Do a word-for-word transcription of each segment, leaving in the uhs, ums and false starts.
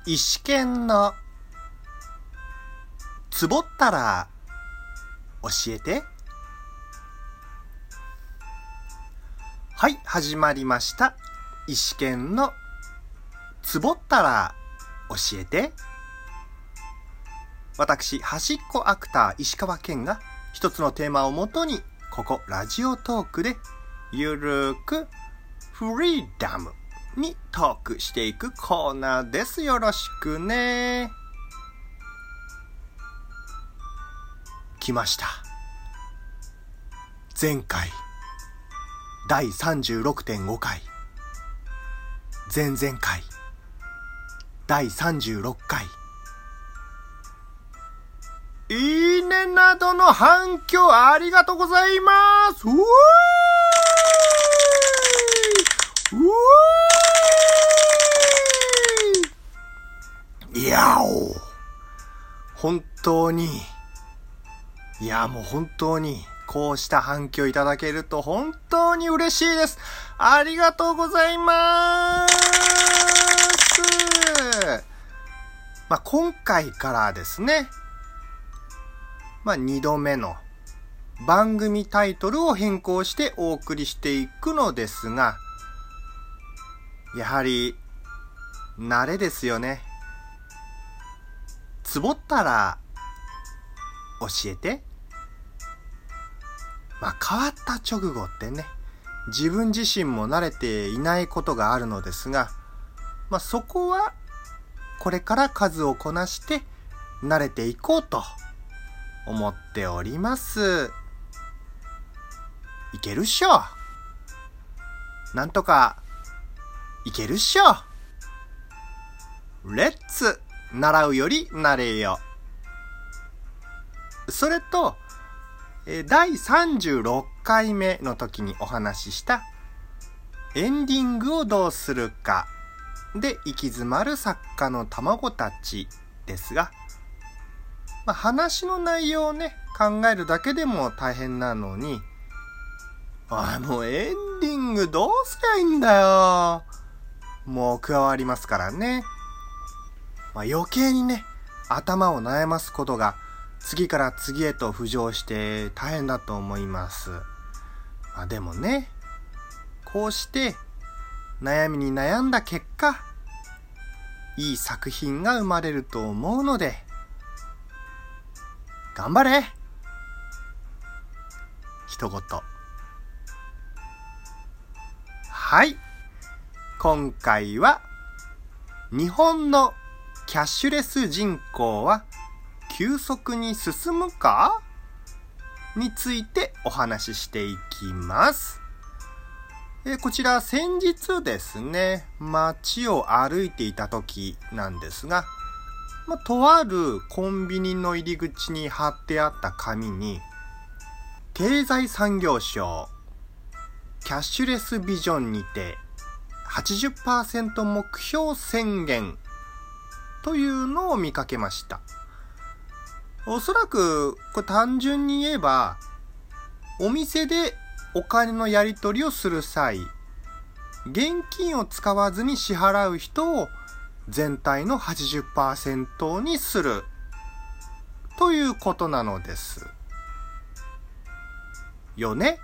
石剣のつぼったら教えて。はい、始まりました。石剣のつぼったら教えて。私、端っこアクター石川健が一つのテーマをもとに、ここラジオトークでゆるーくフリーダムにトークしていくコーナーです。よろしくね。来ました。前回だいさんじゅうろくてんごかい、前々回だいさんじゅうろっかい、いいねなどの反響ありがとうございます。うわーうわーいやお本当にいやもう本当にこうした反響いただけると本当に嬉しいです。ありがとうございます。まあ今回からですね、まあにどめの番組タイトルを変更してお送りしていくのですが、やはり慣れですよね。つぼったら教えて。まあ変わった直後ってね、自分自身も慣れていないことがあるのですが、まあそこはこれから数をこなして慣れていこうと思っております。いけるっしょ。なんとかいけるっしょ。レッツ習うより慣れよ。それとだいさんじゅうろっかいめの時にお話ししたエンディングをどうするかで行き詰まる作家の卵たちですが、まあ、話の内容をね考えるだけでも大変なのに、あもうエンディングどうすりゃいいんだよ、もう加わりますからね。まあ、余計にね頭を悩ますことが次から次へと浮上して大変だと思います。まあ、でもね、こうして悩みに悩んだ結果、いい作品が生まれると思うので、頑張れ！一言。はい。今回は、日本のキャッシュレス人口は急速に進むかについてお話ししていきます。えこちら先日ですね、街を歩いていた時なんですが、まあ、とあるコンビニの入り口に貼ってあった紙に、経済産業省キャッシュレスビジョンにて はちじゅっパーセント 目標宣言というのを見かけました。おそらくこれ単純に言えば、お店でお金のやり取りをする際、現金を使わずに支払う人を全体の はちじゅっパーセント にするということなのですよね。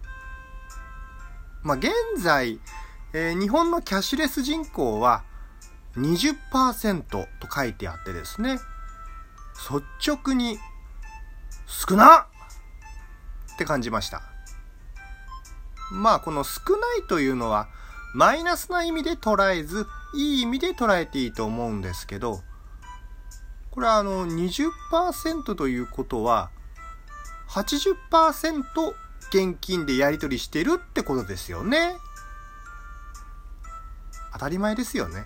まあ現在、えー、日本のキャッシュレス人口は にじゅっパーセント と書いてあってですね、率直に少なっって感じました。まあこの少ないというのはマイナスな意味で捉えず、いい意味で捉えていいと思うんですけど、これはあの にじゅっパーセント ということは はちじゅっパーセント 現金でやり取りしてるってことですよね。当たり前ですよね。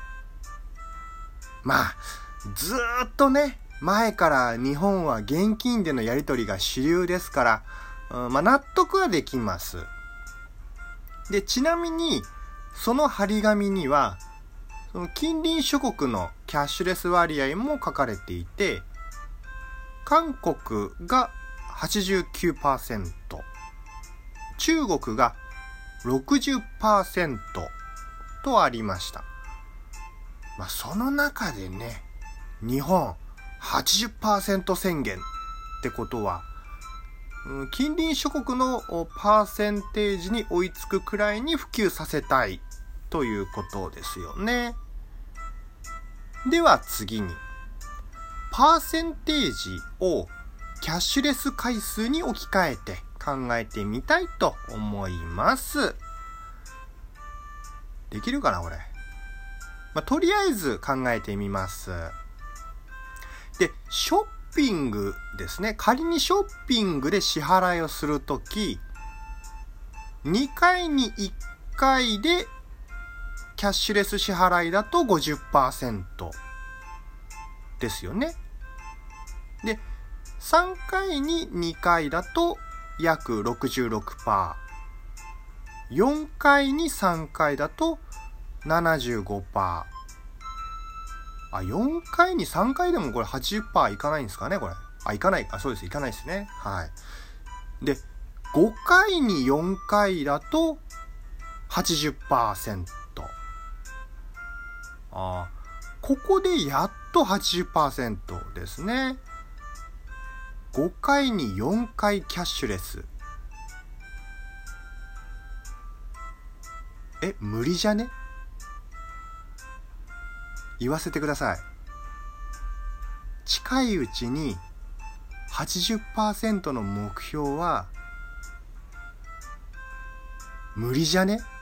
まあずーっとね前から日本は現金でのやり取りが主流ですから、うん、まあ納得はできます。で、ちなみにその張り紙にはその近隣諸国のキャッシュレス割合も書かれていて、韓国が はちじゅうきゅうパーセント、中国が ろくじゅっパーセント とありました。 まあ、その中でね、日本 はちじゅっパーセント 宣言ってことは、うん、近隣諸国のパーセンテージに追いつくくらいに普及させたいということですよね。では次に、パーセンテージをキャッシュレス回数に置き換えて考えてみたいと思います。できるかなこれ。まあ、とりあえず考えてみます。で、ショッピングですね。仮にショッピングで支払いをするとき、にかいにいっかいでキャッシュレス支払いだと ごじゅっパーセント ですよね。で、さんかいににかいだと約 ろくじゅうろくパーセント。よんかいにさんかいだと ななじゅうごパーセント。あ、よんかいにさんかいでもこれ はちじゅっパーセント いかないんですかねこれ。あ、いかない。あ、そうです。いかないですね。はい。で、ごかいによんかいだと はちじゅっパーセント。あ、ここでやっと はちじゅっパーセント ですね。ごかいによんかいキャッシュレス。え、無理じゃね？言わせてください。近いうちに はちじゅっパーセント の目標は無理じゃね？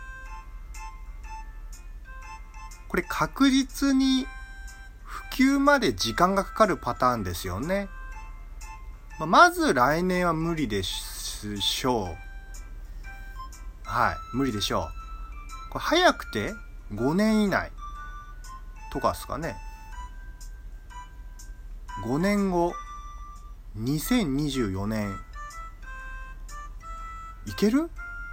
これ確実に普及まで時間がかかるパターンですよね。まず来年は無理でしょう。はい、無理でしょう。これ早くてごねん以内とかですかね。ごねんご、にせんにじゅうよねんいける？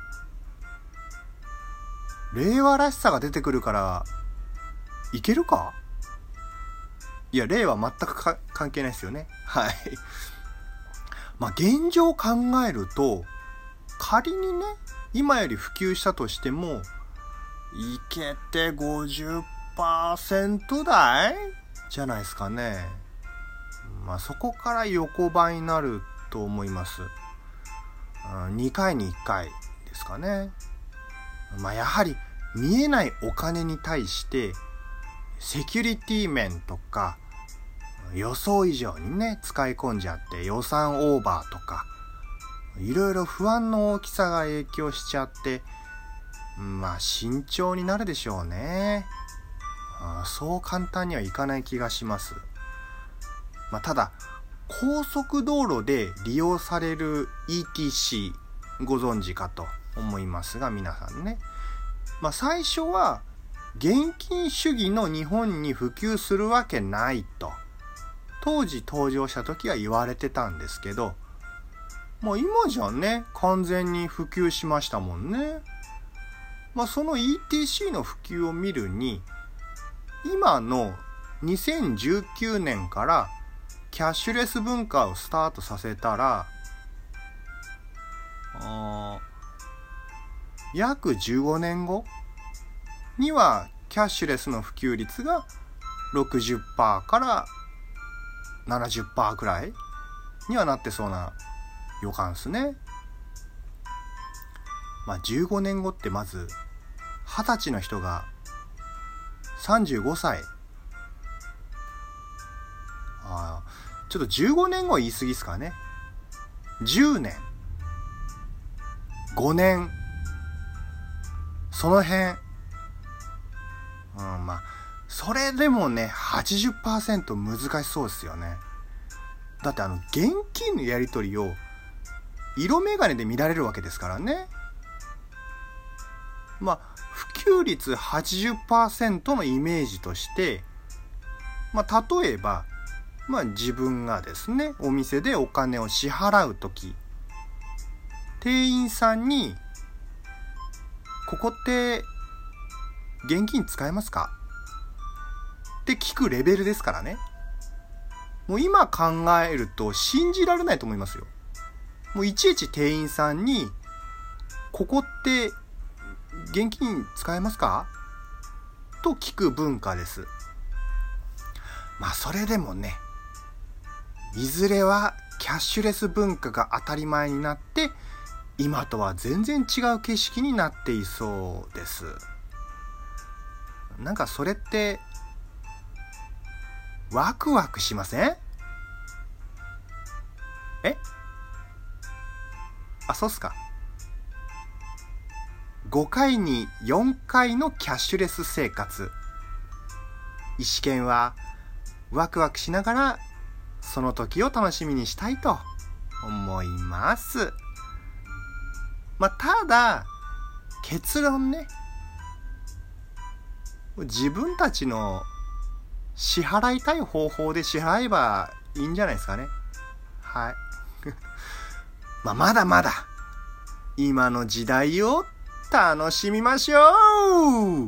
令和らしさが出てくるからいけるか？いや、令和全くか関係ないですよね。はい。まあ現状考えると、仮にね、今より普及したとしても、いけて ごじゅっパーセント 台じゃないですかね。まあそこから横ばいになると思います。にかいにいっかいですかね。まあやはり見えないお金に対してセキュリティ面とか予想以上にね使い込んじゃって予算オーバーとかいろいろ不安の大きさが影響しちゃって、まあ慎重になるでしょうね。あ、そう簡単にはいかない気がします。まあ、ただ高速道路で利用される イーティーシー ご存知かと思いますが、皆さんね、まあ、最初は現金主義の日本に普及するわけないと当時登場した時は言われてたんですけど、もう今じゃね完全に普及しましたもんね。まあその イーティーシー の普及を見るに、今のにせんじゅうきゅうねんからキャッシュレス文化をスタートさせたら、あ約じゅうごねんごにはキャッシュレスの普及率が ろくじゅっパーセント からななじゅっパーセント くらいにはなってそうな予感ですね。まあじゅうごねんごってまずはたちの人がさんじゅうごさい。ああ、ちょっとじゅうごねんご言い過ぎですかね。じゅうねん、ごねん、その辺。うん、まあそれでもね はちじゅっパーセント 難しそうですよね。だってあの現金のやり取りを色眼鏡で見られるわけですからね。まあ普及率 はちじゅっパーセント のイメージとして、まあ例えばまあ自分がですねお店でお金を支払うとき、店員さんにここって現金使えますかって聞くレベルですからね。もう今考えると信じられないと思いますよ。もういちいち店員さんにここって現金使えますかと聞く文化です。 まあそれでもね、いずれはキャッシュレス文化が当たり前になって、今とは全然違う景色になっていそうです。なんかそれってワクワクしません？え？あ、そうっすか。ごかいによんかいのキャッシュレス生活。石健はワクワクしながらその時を楽しみにしたいと思います。まあ、ただ結論ね、自分たちの支払いたい方法で支払えばいいんじゃないですかね。はい。まあまだまだ今の時代を楽しみましょう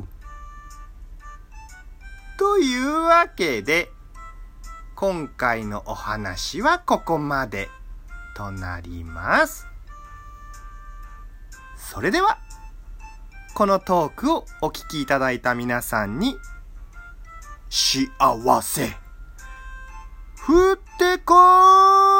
というわけで、今回のお話はここまでとなります。それではこのトークをお聞きいただいた皆さんに幸せ降ってこー